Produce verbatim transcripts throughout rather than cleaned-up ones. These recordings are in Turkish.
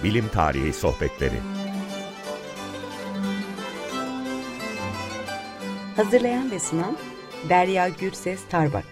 Bilim Tarihi Sohbetleri. Hazırlayan ve sunan Derya Gürses Tarbak.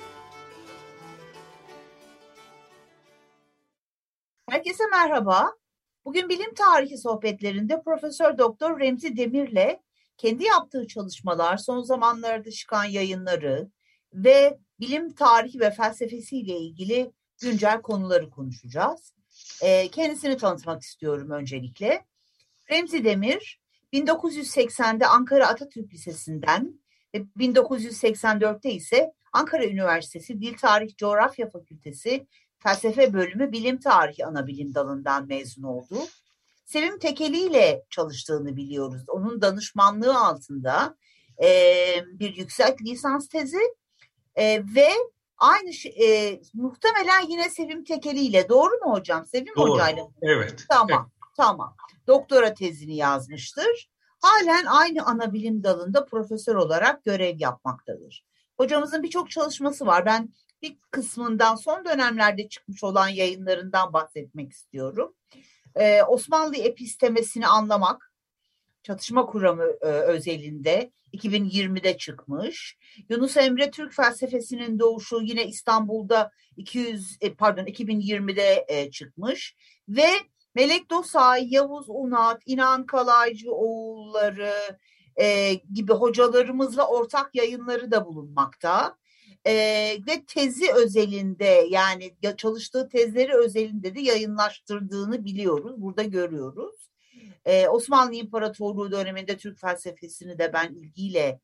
Herkese merhaba. Bugün bilim tarihi sohbetlerinde Profesör Doktor Remzi Demir'le kendi yaptığı çalışmalar, son zamanlarda çıkan yayınları ve bilim tarihi ve felsefesiyle ilgili güncel konuları konuşacağız. Ee, kendisini tanıtmak istiyorum öncelikle. Remzi Demir, bin dokuz yüz seksende Ankara Atatürk Lisesi'nden ve bin dokuz yüz seksen dörtte ise Ankara Üniversitesi Dil Tarih Coğrafya Fakültesi Felsefe Bölümü Bilim Tarihi Anabilim Dalı'ndan mezun oldu. Sevim Tekeli ile çalıştığını biliyoruz. Onun danışmanlığı altında e, bir yüksek lisans tezi e, ve aynı e, muhtemelen yine Sevim Tekeli ile, doğru mu hocam? Sevim Doğru. hocayla. Evet. Tamam, evet. tamam. Doktora tezini yazmıştır. Halen aynı anabilim dalında profesör olarak görev yapmaktadır. Hocamızın birçok çalışması var. Ben bir kısmından, son dönemlerde çıkmış olan yayınlarından bahsetmek istiyorum. Ee, Osmanlı epistemesini anlamak, çatışma kuramı e, özelinde iki bin yirmide çıkmış. Yunus Emre Türk felsefesinin doğuşu yine İstanbul'da iki yüz e, pardon iki bin yirmide e, çıkmış ve Melek Dosay, Yavuz Unat, İnan Kalaycı oğulları e, gibi hocalarımızla ortak yayınları da bulunmakta. E, ve tezi özelinde, yani çalıştığı tezleri özelinde de yayınlaştırdığını biliyoruz. Burada görüyoruz. Ee, Osmanlı İmparatorluğu döneminde Türk felsefesini de ben ilgiyle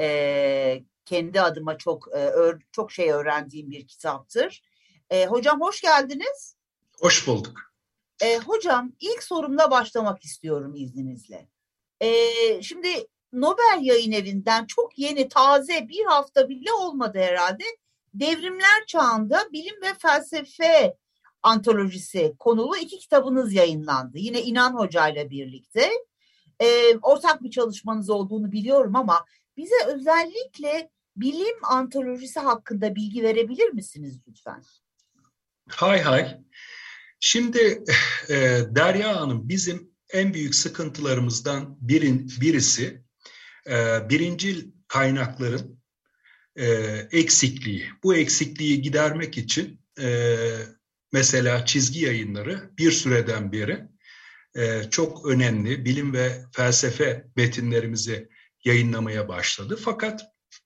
e, kendi adıma çok e, ör, çok şey öğrendiğim bir kitaptır. E, hocam hoş geldiniz. Hoş bulduk. E, hocam ilk sorumla başlamak istiyorum izninizle. E, şimdi Nobel Yayın Evi'nden çok yeni, taze, bir hafta bile olmadı herhalde, Devrimler Çağında Bilim ve Felsefe antolojisi konulu iki kitabınız yayınlandı. Yine İnan Hoca ile birlikte. E, ortak bir çalışmanız olduğunu biliyorum ama bize özellikle bilim antolojisi hakkında bilgi verebilir misiniz lütfen? Hay hay. Şimdi e, Derya Hanım, bizim en büyük sıkıntılarımızdan birin, birisi e, birincil kaynakların e, eksikliği. Bu eksikliği gidermek için e, mesela Çizgi Yayınları bir süreden beri e, çok önemli bilim ve felsefe metinlerimizi yayınlamaya başladı. Fakat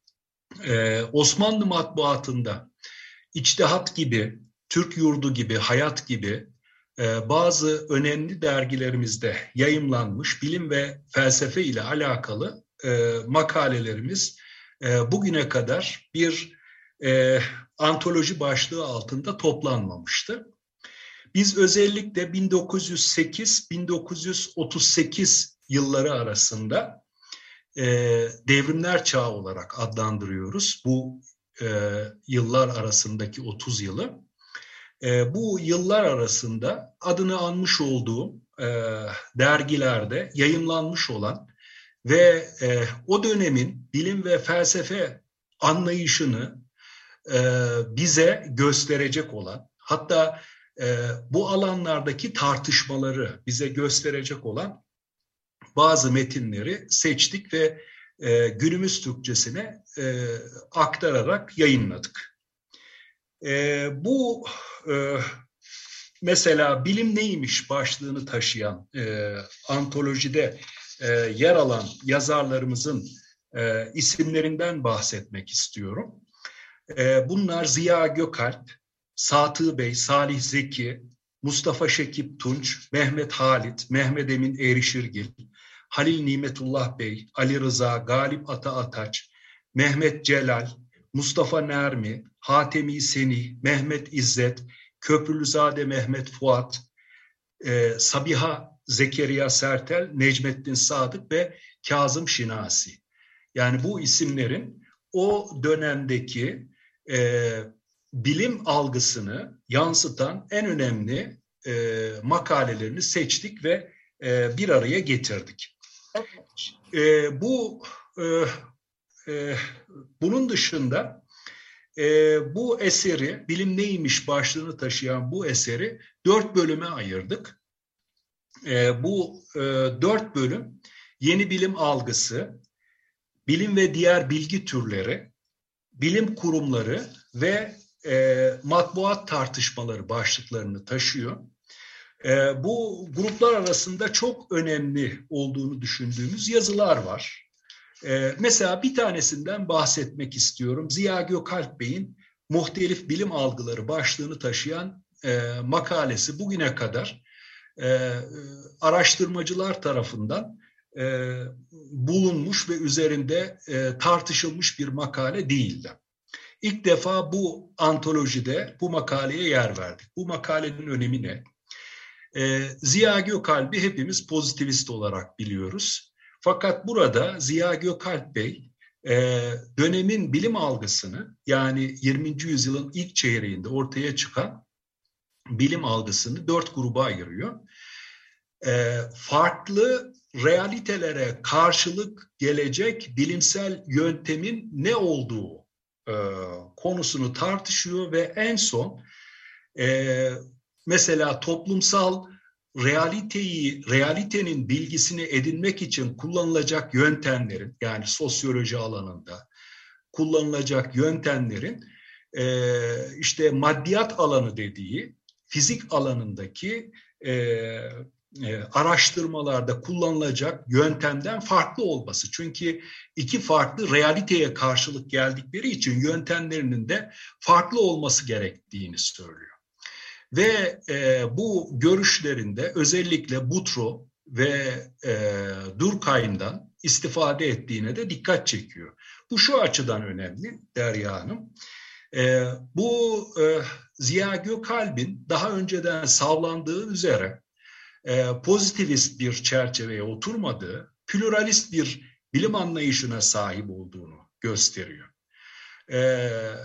e, Osmanlı matbuatında İçtihat gibi, Türk Yurdu gibi, Hayat gibi e, bazı önemli dergilerimizde yayımlanmış bilim ve felsefe ile alakalı e, makalelerimiz e, bugüne kadar bir e, antoloji başlığı altında toplanmamıştı. Biz özellikle bin dokuz yüz sekiz bin dokuz yüz otuz sekiz yılları arasında e, devrimler çağı olarak adlandırıyoruz bu e, yıllar arasındaki otuz yılı. E, bu yıllar arasında adını anmış olduğum e, dergilerde yayımlanmış olan ve e, o dönemin bilim ve felsefe anlayışını e, bize gösterecek olan, hatta e, bu alanlardaki tartışmaları bize gösterecek olan bazı metinleri seçtik ve e, günümüz Türkçesine e, aktararak yayınladık. E, bu e, mesela bilim neymiş başlığını taşıyan e, antolojide e, yer alan yazarlarımızın e, isimlerinden bahsetmek istiyorum. E, bunlar Ziya Gökalp, Satık Bey, Salih Zeki, Mustafa Şekip Tunç, Mehmet Halit, Mehmet Emin Erişirgil, Halil Nimetullah Bey, Ali Rıza, Galip Ata Ataç, Mehmet Celal, Mustafa Nermi, Hatemi Seni, Mehmet İzzet, Köprülüzade Mehmet Fuat, e, Sabiha Zekeriya Sertel, Necmettin Sadık ve Kazım Şinasi. Yani bu isimlerin o dönemdeki e, bilim algısını yansıtan en önemli e, makalelerini seçtik ve e, bir araya getirdik. E, bu e, e, bunun dışında e, bu eseri, bilim neymiş başlığını taşıyan bu eseri dört bölüme ayırdık. e, bu e, dört bölüm yeni bilim algısı, bilim ve diğer bilgi türleri, bilim kurumları ve e, matbuat tartışmaları başlıklarını taşıyor. E, bu gruplar arasında çok önemli olduğunu düşündüğümüz yazılar var. E, mesela bir tanesinden bahsetmek istiyorum. Ziya Gökalp Bey'in Muhtelif Bilim Algıları başlığını taşıyan e, makalesi bugüne kadar e, araştırmacılar tarafından e, bulunmuş ve üzerinde e, tartışılmış bir makale değildi. İlk defa bu antolojide bu makaleye yer verdik. Bu makalenin önemi ne? E, Ziya Gökalp'i hepimiz pozitivist olarak biliyoruz. Fakat burada Ziya Gökalp Bey e, dönemin bilim algısını, yani yirminci yüzyılın ilk çeyreğinde ortaya çıkan bilim algısını dört gruba ayırıyor. E, farklı realitelere karşılık gelecek bilimsel yöntemin ne olduğu e, konusunu tartışıyor ve en son e, mesela toplumsal realiteyi, realitenin bilgisini edinmek için kullanılacak yöntemlerin, yani sosyoloji alanında kullanılacak yöntemlerin e, işte maddiyat alanı dediği fizik alanındaki e, e, araştırmalarda kullanılacak yöntemden farklı olması. Çünkü iki farklı realiteye karşılık geldikleri için yöntemlerinin de farklı olması gerektiğini söylüyor. Ve e, bu görüşlerinde özellikle Boutros ve e, Durkheim'dan istifade ettiğine de dikkat çekiyor. Bu şu açıdan önemli Derya Hanım. E, bu e, Ziya Gökalp'in daha önceden savlandığı üzere e, pozitivist bir çerçeveye oturmadığı, pluralist bir bilim anlayışına sahip olduğunu gösteriyor. E,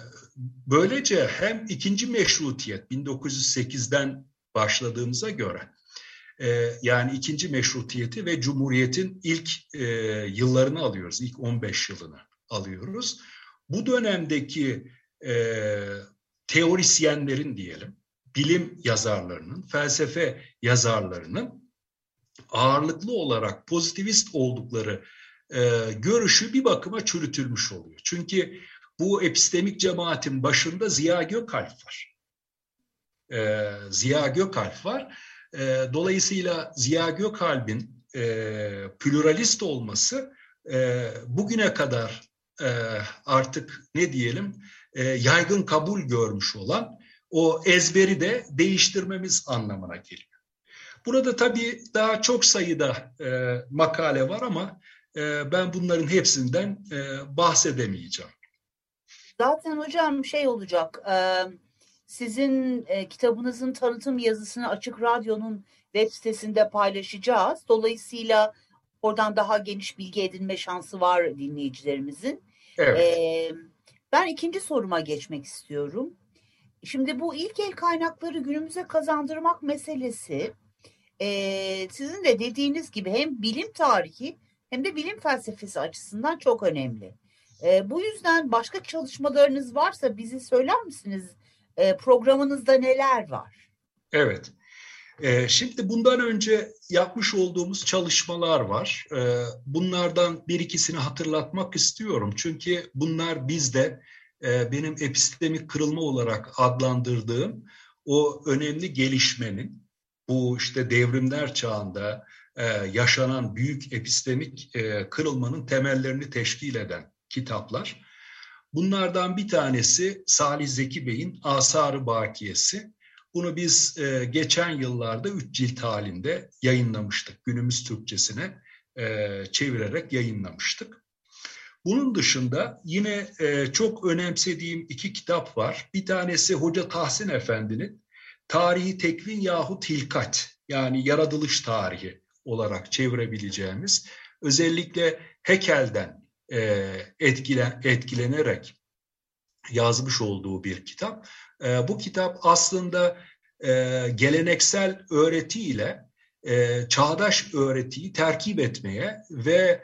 böylece hem ikinci meşrutiyet bin dokuz yüz sekizden başladığımıza göre, e, yani ikinci meşrutiyeti ve Cumhuriyet'in ilk e, yıllarını alıyoruz, ilk on beş yılını alıyoruz. Bu dönemdeki e, teorisyenlerin diyelim, bilim yazarlarının, felsefe yazarlarının ağırlıklı olarak pozitivist oldukları e, görüşü bir bakıma çürütülmüş oluyor. Çünkü bu epistemik cemaatin başında Ziya Gökalp var. E, Ziya Gökalp var. E, dolayısıyla Ziya Gökalp'in e, pluralist olması e, bugüne kadar e, artık ne diyelim e, yaygın kabul görmüş olan o ezberi de değiştirmemiz anlamına geliyor. Burada tabii daha çok sayıda e, makale var ama e, ben bunların hepsinden e, bahsedemeyeceğim. Zaten hocam şey olacak, e, sizin e, kitabınızın tanıtım yazısını Açık Radyo'nun web sitesinde paylaşacağız. Dolayısıyla oradan daha geniş bilgi edinme şansı var dinleyicilerimizin. Evet. E, ben ikinci soruma geçmek istiyorum. Şimdi bu ilk el kaynakları günümüze kazandırmak meselesi e, sizin de dediğiniz gibi hem bilim tarihi hem de bilim felsefesi açısından çok önemli. E, bu yüzden başka çalışmalarınız varsa bizi söyler misiniz? E, programınızda neler var? Evet. E, şimdi bundan önce yapmış olduğumuz çalışmalar var. E, bunlardan bir ikisini hatırlatmak istiyorum. Çünkü bunlar bizde e, benim epistemik kırılma olarak adlandırdığım o önemli gelişmenin, bu işte devrimler çağında e, yaşanan büyük epistemik e, kırılmanın temellerini teşkil eden kitaplar. Bunlardan bir tanesi Salih Zeki Bey'in Asar-ı Bakiyesi. Bunu biz e, geçen yıllarda üç cilt halinde yayınlamıştık. Günümüz Türkçesine e, çevirerek yayınlamıştık. Bunun dışında yine e, çok önemsediğim iki kitap var. Bir tanesi Hoca Tahsin Efendi'nin Tarihi Tekvin yahut Hilkat, yani yaratılış tarihi olarak çevirebileceğimiz, özellikle Haeckel'den e, etkilen, etkilenerek yazmış olduğu bir kitap. E, bu kitap aslında e, geleneksel öğretiyle e, çağdaş öğretiyi terkip etmeye ve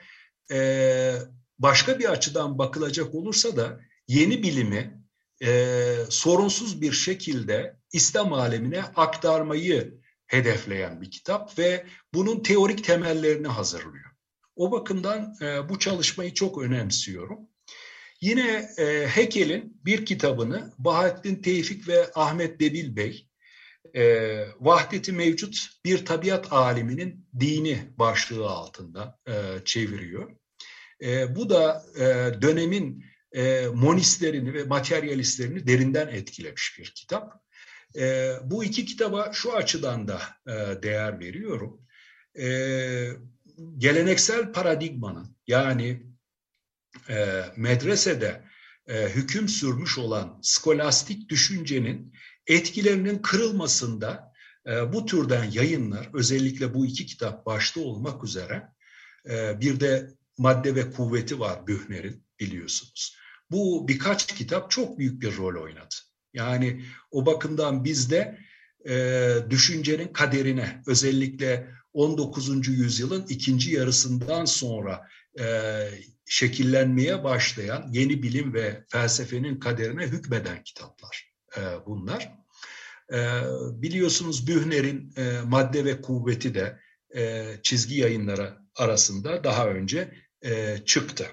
e, başka bir açıdan bakılacak olursa da yeni bilimi e, sorunsuz bir şekilde İslam alemine aktarmayı hedefleyen bir kitap ve bunun teorik temellerini hazırlıyor. O bakımdan e, bu çalışmayı çok önemsiyorum. Yine e, Haeckel'in bir kitabını Bahattin Tevfik ve Ahmet Debil Bey, e, Vahdeti Mevcut Bir Tabiat Aliminin Dini başlığı altında e, çeviriyor. E, bu da e, dönemin e, monistlerini ve materyalistlerini derinden etkilemiş bir kitap. E, bu iki kitaba şu açıdan da e, değer veriyorum. E, geleneksel paradigmanın, yani e, medresede e, hüküm sürmüş olan skolastik düşüncenin etkilerinin kırılmasında e, bu türden yayınlar, özellikle bu iki kitap başta olmak üzere, e, bir de Madde ve Kuvveti var Bühner'in, biliyorsunuz. Bu birkaç kitap çok büyük bir rol oynadı. Yani o bakımdan bizde e, düşüncenin kaderine, özellikle on dokuzuncu yüzyılın ikinci yarısından sonra e, şekillenmeye başlayan yeni bilim ve felsefenin kaderine hükmeden kitaplar e, bunlar. E, biliyorsunuz Bühner'in e, Madde ve Kuvveti de e, çizgi yayınları arasında daha önce e, çıktı.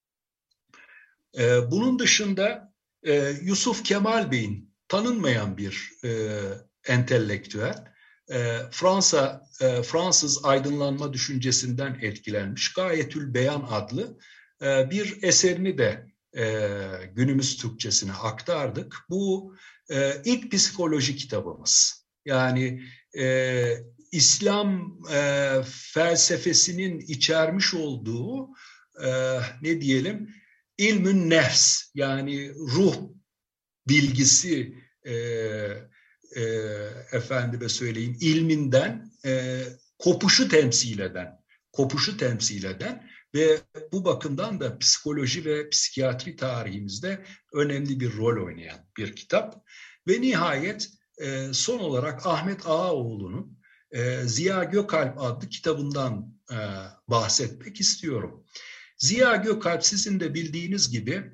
E, bunun dışında e, Yusuf Kemal Bey'in tanınmayan bir e, entelektüel, e, Fransa e, Fransız aydınlanma düşüncesinden etkilenmiş Gayetül Beyan adlı e, bir eserini de e, günümüz Türkçesine aktardık. Bu e, ilk psikoloji kitabımız. Yani e, İslam e, felsefesinin içermiş olduğu e, ne diyelim, ilmün nefs, yani ruh bilgisi, e, e, efendime söyleyeyim, ilminden e, kopuşu temsil eden, kopuşu temsil eden ve bu bakımdan da psikoloji ve psikiyatri tarihimizde önemli bir rol oynayan bir kitap. Ve nihayet e, son olarak Ahmet Ağaoğlu'nun e, Ziya Gökalp adlı kitabından e, bahsetmek istiyorum. Ziya Gökalp, sizin de bildiğiniz gibi,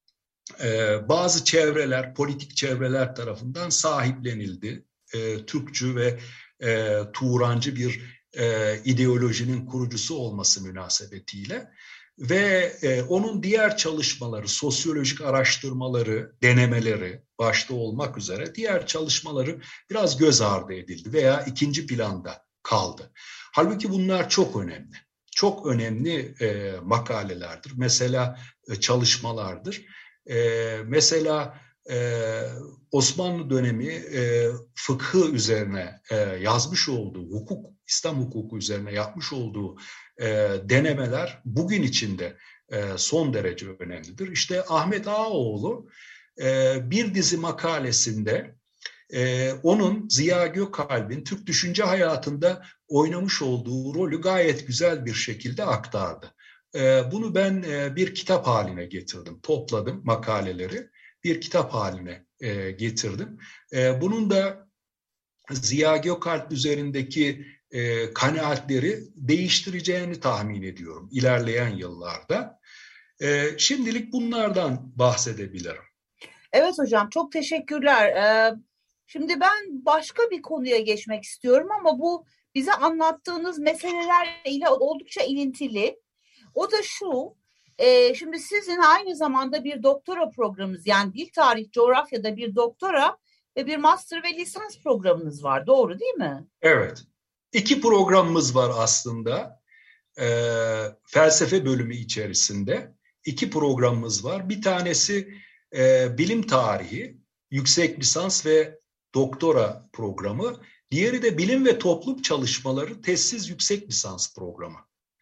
e, bazı çevreler, politik çevreler tarafından sahiplenildi. E, Türkçü ve e, Turancı bir e, ideolojinin kurucusu olması münasebetiyle ve e, onun diğer çalışmaları, sosyolojik araştırmaları, denemeleri başta olmak üzere diğer çalışmaları biraz göz ardı edildi veya ikinci planda kaldı. Halbuki bunlar çok önemli. Çok önemli e, makalelerdir. Mesela e, çalışmalardır. E, mesela e, Osmanlı dönemi e, fıkhı üzerine e, yazmış olduğu, hukuk, İslam hukuku üzerine yapmış olduğu e, denemeler bugün içinde e, son derece önemlidir. İşte Ahmet Ağaoğlu e, bir dizi makalesinde Ee, onun Ziya Gökalp'in Türk düşünce hayatında oynamış olduğu rolü gayet güzel bir şekilde aktardı. Ee, bunu ben e, bir kitap haline getirdim, topladım makaleleri, bir kitap haline e, getirdim. E, bunun da Ziya Gökalp üzerindeki e, kanaatleri değiştireceğini tahmin ediyorum ilerleyen yıllarda. E, şimdilik bunlardan bahsedebilirim. Evet hocam, çok teşekkürler. Ee, Şimdi ben başka bir konuya geçmek istiyorum ama bu bize anlattığınız meselelerle oldukça ilintili. O da şu, e, şimdi sizin aynı zamanda bir doktora programınız, yani dil tarih coğrafyada bir doktora ve bir master ve lisans programınız var, doğru değil mi? Evet, iki programımız var aslında. E, felsefe bölümü içerisinde iki programımız var. Bir tanesi e, bilim tarihi, yüksek lisans ve doktora programı. Diğeri de bilim ve toplum çalışmaları tezsiz yüksek lisans programı.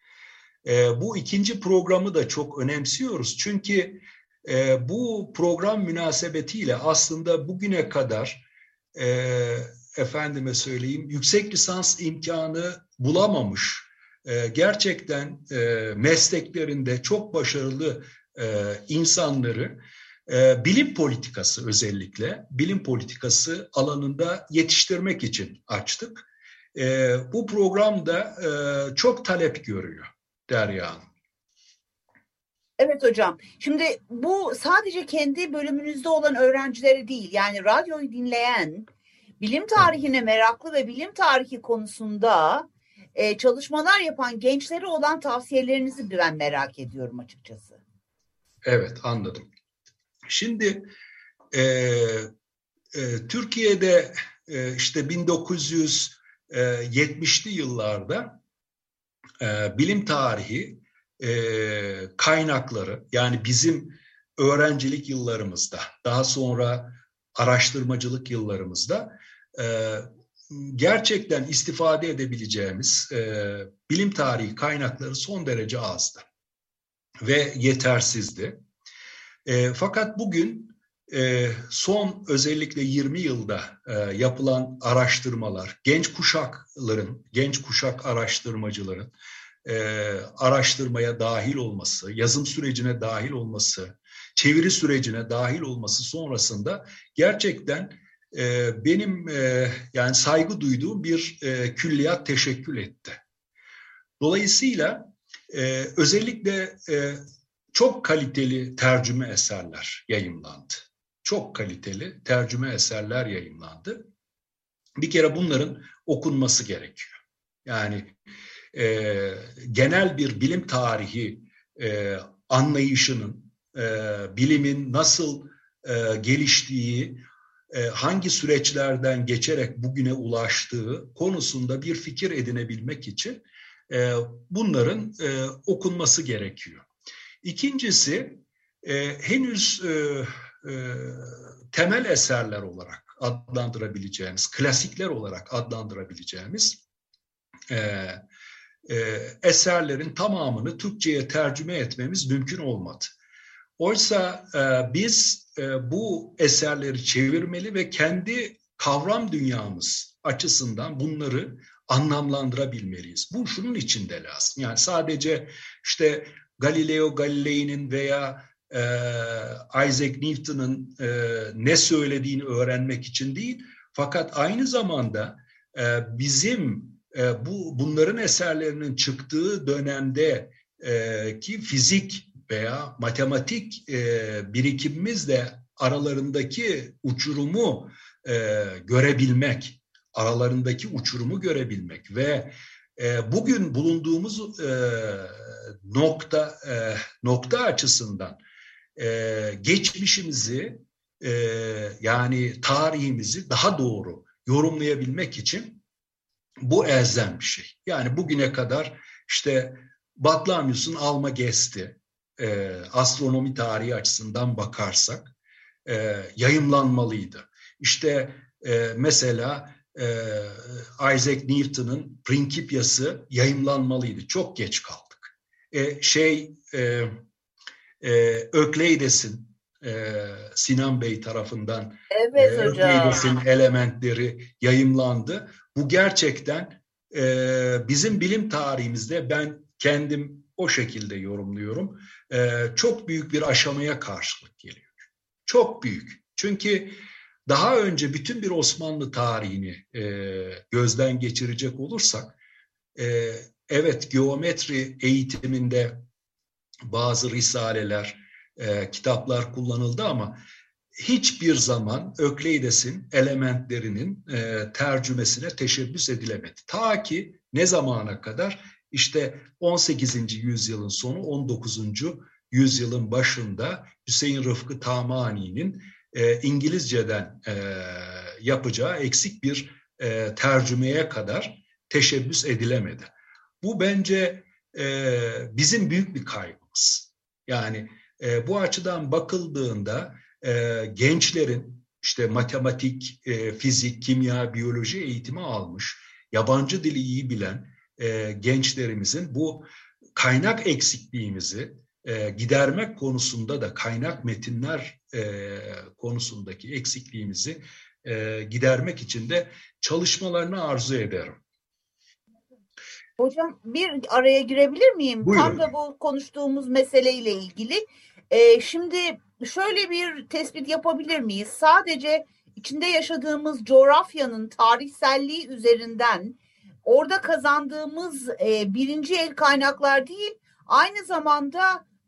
E, bu ikinci programı da çok önemsiyoruz. Çünkü e, bu program münasebetiyle aslında bugüne kadar e, efendime söyleyeyim yüksek lisans imkanı bulamamış, e, gerçekten e, mesleklerinde çok başarılı e, insanları e, bilim politikası, özellikle bilim politikası alanında yetiştirmek için açtık. E, bu program da e, çok talep görüyor Derya Hanım. Evet hocam. Şimdi bu sadece kendi bölümünüzde olan öğrencilere değil, yani radyoyu dinleyen Bilim tarihine meraklı ve bilim tarihi konusunda e, çalışmalar yapan gençlere olan tavsiyelerinizi ben merak ediyorum açıkçası. Evet, anladım. Şimdi e, e, Türkiye'de e, işte bin dokuz yüz yetmişli yıllarda e, bilim tarihi e, kaynakları, yani bizim öğrencilik yıllarımızda, daha sonra araştırmacılık yıllarımızda e, gerçekten istifade edebileceğimiz e, bilim tarihi kaynakları son derece azdı ve yetersizdi. E, fakat bugün e, son özellikle yirmi yılda e, yapılan araştırmalar, genç kuşakların, genç kuşak araştırmacıların e, araştırmaya dahil olması, yazım sürecine dahil olması, çeviri sürecine dahil olması sonrasında gerçekten e, benim e, yani saygı duyduğum bir e, külliyat teşekkül etti. Dolayısıyla e, özellikle e, çok kaliteli tercüme eserler yayımlandı. Çok kaliteli tercüme eserler yayımlandı. Bir kere bunların okunması gerekiyor. Yani e, genel bir bilim tarihi e, anlayışının, e, bilimin nasıl e, geliştiği, e, hangi süreçlerden geçerek bugüne ulaştığı konusunda bir fikir edinebilmek için e, bunların e, okunması gerekiyor. İkincisi, e, henüz e, e, temel eserler olarak adlandırabileceğimiz, klasikler olarak adlandırabileceğimiz e, e, eserlerin tamamını Türkçe'ye tercüme etmemiz mümkün olmadı. Oysa e, biz e, bu eserleri çevirmeli ve kendi kavram dünyamız açısından bunları anlamlandırabilmeliyiz. Bu şunun için de lazım. Yani sadece işte Galileo Galilei'nin veya e, Isaac Newton'un e, ne söylediğini öğrenmek için değil, fakat aynı zamanda e, bizim e, bu bunların eserlerinin çıktığı dönemde e, ki fizik veya matematik e, birikimimizle aralarındaki uçurumu e, görebilmek, aralarındaki uçurumu görebilmek ve e, bugün bulunduğumuz e, nokta e, nokta açısından e, geçmişimizi e, yani tarihimizi daha doğru yorumlayabilmek için bu elzem bir şey. Yani bugüne kadar işte Batlamyus'un Almagest'i e, astronomi tarihi açısından bakarsak e, yayımlanmalıydı. İşte e, mesela e, Isaac Newton'un Principia'sı yayımlanmalıydı. Çok geç kaldık. E, şey e, e, Ökleides'in e, Sinan Bey tarafından Evet e, hocam. Ökleides'in elementleri yayımlandı. Bu gerçekten e, bizim bilim tarihimizde, ben kendim o şekilde yorumluyorum, e, çok büyük bir aşamaya karşılık geliyor. Çok büyük. Çünkü daha önce bütün bir Osmanlı tarihini e, gözden geçirecek olursak, e, evet geometri eğitiminde bazı risaleler, e, kitaplar kullanıldı ama hiçbir zaman Ökleides'in elementlerinin e, tercümesine teşebbüs edilemedi. Ta ki ne zamana kadar? İşte on sekizinci yüzyılın sonu, on dokuzuncu yüzyılın başında Hüseyin Rıfkı Tamani'nin e, İngilizceden e, yapacağı eksik bir e, tercümeye kadar teşebbüs edilemedi. Bu bence e, bizim büyük bir kaybımız. Yani e, bu açıdan bakıldığında e, gençlerin işte matematik, e, fizik, kimya, biyoloji eğitimi almış, yabancı dili iyi bilen e, gençlerimizin bu kaynak eksikliğimizi e, gidermek konusunda da, kaynak metinler e, konusundaki eksikliğimizi e, gidermek için de çalışmalarını arzu ederim. Hocam bir araya girebilir miyim? Buyurun. Tam da bu konuştuğumuz meseleyle ilgili. Ee, şimdi şöyle bir tespit yapabilir miyiz? Sadece içinde yaşadığımız coğrafyanın tarihselliği üzerinden orada kazandığımız e, birinci el kaynaklar değil, aynı zamanda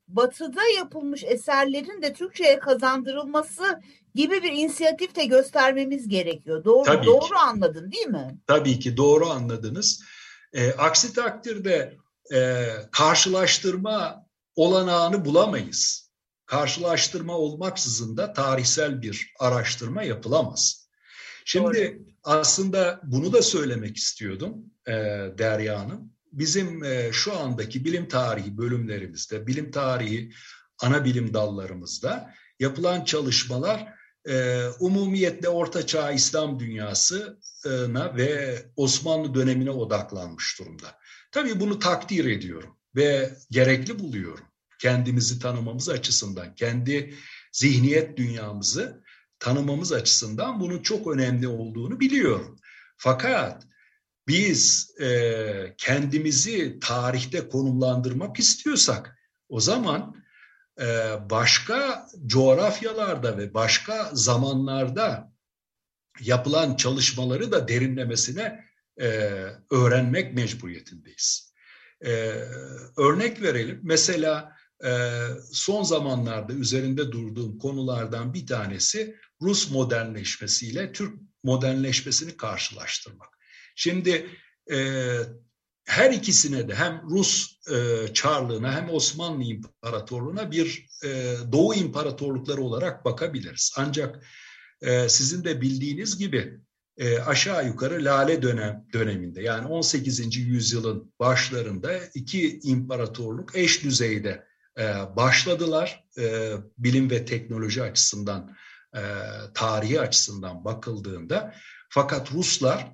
Batı'da yapılmış eserlerin de Türkçe'ye kazandırılması gibi bir inisiyatif de göstermemiz gerekiyor. Doğru, Tabii doğru ki. Anladın değil mi? Tabii ki doğru anladınız. E, aksi takdirde e, karşılaştırma olanağını bulamayız. Karşılaştırma olmaksızın da tarihsel bir araştırma yapılamaz. Şimdi doğru. Aslında bunu da söylemek istiyordum e, Derya Hanım. Bizim e, şu andaki bilim tarihi bölümlerimizde, bilim tarihi ana bilim dallarımızda yapılan çalışmalar e, umumiyetle Orta Çağ İslam dünyasına ve Osmanlı dönemine odaklanmış durumda. Tabii bunu takdir ediyorum ve gerekli buluyorum. Kendimizi tanımamız açısından, kendi zihniyet dünyamızı tanımamız açısından bunun çok önemli olduğunu biliyorum. Fakat biz e, kendimizi tarihte konumlandırmak istiyorsak o zaman e, başka coğrafyalarda ve başka zamanlarda yapılan çalışmaları da derinlemesine e, öğrenmek mecburiyetindeyiz. E, örnek verelim. Mesela e, son zamanlarda üzerinde durduğum konulardan bir tanesi Rus modernleşmesiyle Türk modernleşmesini karşılaştırmak. Şimdi e, her ikisine de hem Rus e, Çarlığına hem Osmanlı İmparatorluğu'na bir e, Doğu İmparatorlukları olarak bakabiliriz. Ancak e, sizin de bildiğiniz gibi e, aşağı yukarı Lale dönem döneminde yani on sekizinci yüzyılın başlarında iki imparatorluk eş düzeyde e, başladılar. E, bilim ve teknoloji açısından, e, tarihi açısından bakıldığında. Fakat Ruslar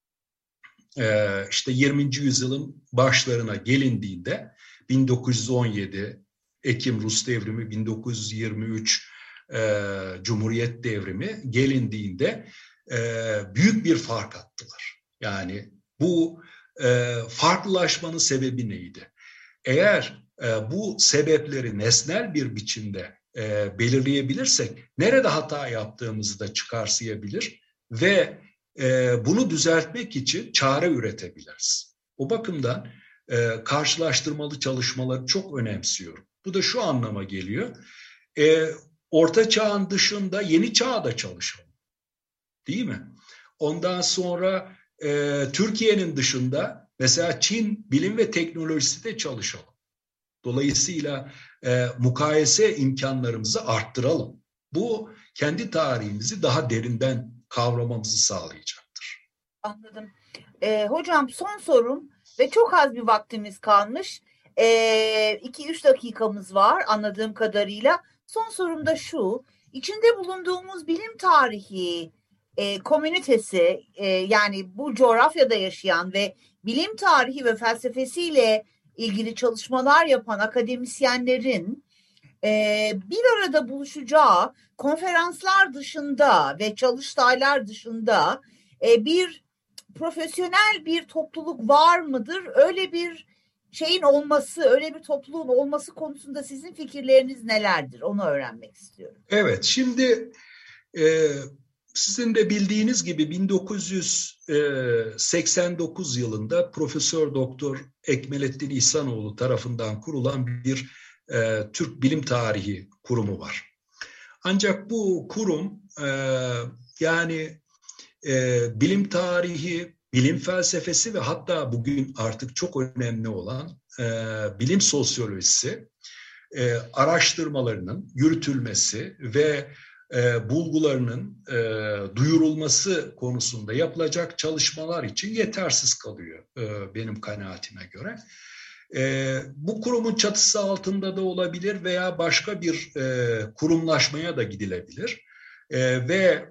işte yirminci yüzyılın başlarına gelindiğinde bin dokuz yüz on yedi Ekim Rus Devrimi, bin dokuz yüz yirmi üç e, Cumhuriyet Devrimi gelindiğinde e, büyük bir fark attılar. Yani bu e, farklılaşmanın sebebi neydi? Eğer e, bu sebepleri nesnel bir biçimde e, belirleyebilirsek nerede hata yaptığımızı da çıkarsayabilir ve Ee, bunu düzeltmek için çare üretebiliriz. O bakımdan e, karşılaştırmalı çalışmaları çok önemsiyorum. Bu da şu anlama geliyor. E, Orta Çağ'ın dışında Yeni Çağ'da çalışalım. Değil mi? Ondan sonra e, Türkiye'nin dışında mesela Çin bilim ve teknolojisi de çalışalım. Dolayısıyla e, mukayese imkanlarımızı arttıralım. Bu kendi tarihimizi daha derinden kavramamızı sağlayacaktır. Anladım. Ee, hocam son sorum ve çok az bir vaktimiz kalmış. iki üç dakikamız var anladığım kadarıyla. Son sorum da şu. İçinde bulunduğumuz bilim tarihi e, komünitesi e, yani bu coğrafyada yaşayan ve bilim tarihi ve felsefesiyle ilgili çalışmalar yapan akademisyenlerin Ee, bir arada buluşacağı konferanslar dışında ve çalıştaylar dışında e, bir profesyonel bir topluluk var mıdır? Öyle bir şeyin olması, öyle bir topluluğun olması konusunda sizin fikirleriniz nelerdir? Onu öğrenmek istiyorum. Evet, şimdi e, sizin de bildiğiniz gibi bin dokuz yüz seksen dokuz yılında Profesör Doktor Ekmelettin İhsanoğlu tarafından kurulan bir E, Türk Bilim Tarihi Kurumu var. Ancak bu kurum e, yani e, bilim tarihi, bilim felsefesi ve hatta bugün artık çok önemli olan e, bilim sosyolojisi e, araştırmalarının yürütülmesi ve e, bulgularının e, duyurulması konusunda yapılacak çalışmalar için yetersiz kalıyor e, benim kanaatime göre. E, bu kurumun çatısı altında da olabilir veya başka bir e, kurumlaşmaya da gidilebilir. E, ve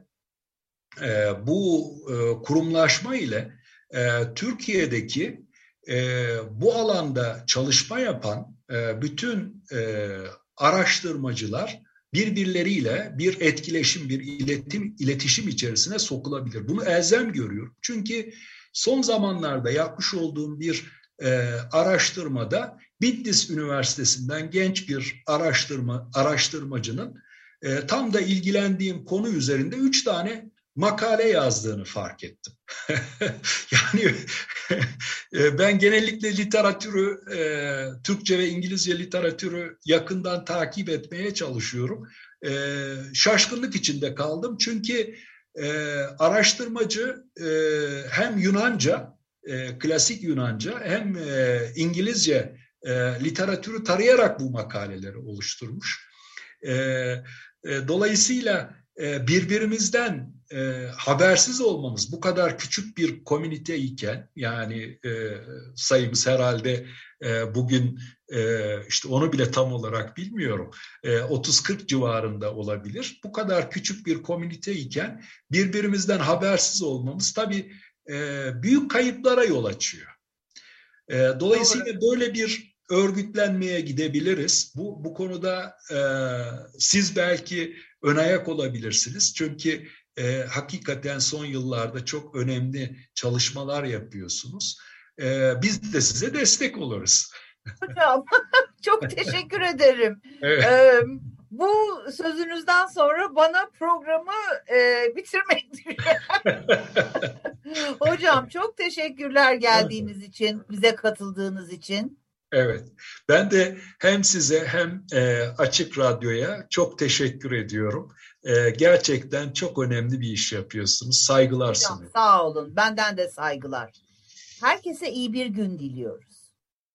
e, bu e, kurumlaşma ile e, Türkiye'deki e, bu alanda çalışma yapan e, bütün e, araştırmacılar birbirleriyle bir etkileşim, bir iletim, iletişim içerisine sokulabilir. Bunu elzem görüyorum. Çünkü son zamanlarda yapmış olduğum bir E, araştırmada Bitlis Üniversitesi'nden genç bir araştırma araştırmacının e, tam da ilgilendiğim konu üzerinde üç tane makale yazdığını fark ettim. Yani ben genellikle literatürü, e, Türkçe ve İngilizce literatürü yakından takip etmeye çalışıyorum. E, şaşkınlık içinde kaldım çünkü e, araştırmacı e, hem Yunanca, e, klasik Yunanca hem e, İngilizce e, literatürü tarayarak bu makaleleri oluşturmuş. E, e, dolayısıyla e, birbirimizden e, habersiz olmamız, bu kadar küçük bir komünite iken, yani e, sayımız herhalde e, bugün e, işte onu bile tam olarak bilmiyorum, e, otuz kırk civarında olabilir. Bu kadar küçük bir komünite iken birbirimizden habersiz olmamız tabii e, büyük kayıplara yol açıyor. E, dolayısıyla Doğru. Böyle bir örgütlenmeye gidebiliriz. Bu bu konuda e, siz belki ön ayak olabilirsiniz. Çünkü e, hakikaten son yıllarda çok önemli çalışmalar yapıyorsunuz. E, biz de size destek oluruz. Hocam çok teşekkür ederim. Evet. Ee, bu sözünüzden sonra bana programı e, bitirmek düşer. Hocam çok teşekkürler geldiğiniz için, bize katıldığınız için. Evet, ben de hem size hem e, Açık Radyo'ya çok teşekkür ediyorum. E, gerçekten çok önemli bir iş yapıyorsunuz. Saygılar Hocam, sunuyorum. sağ olun, benden de saygılar. Herkese iyi bir gün diliyoruz.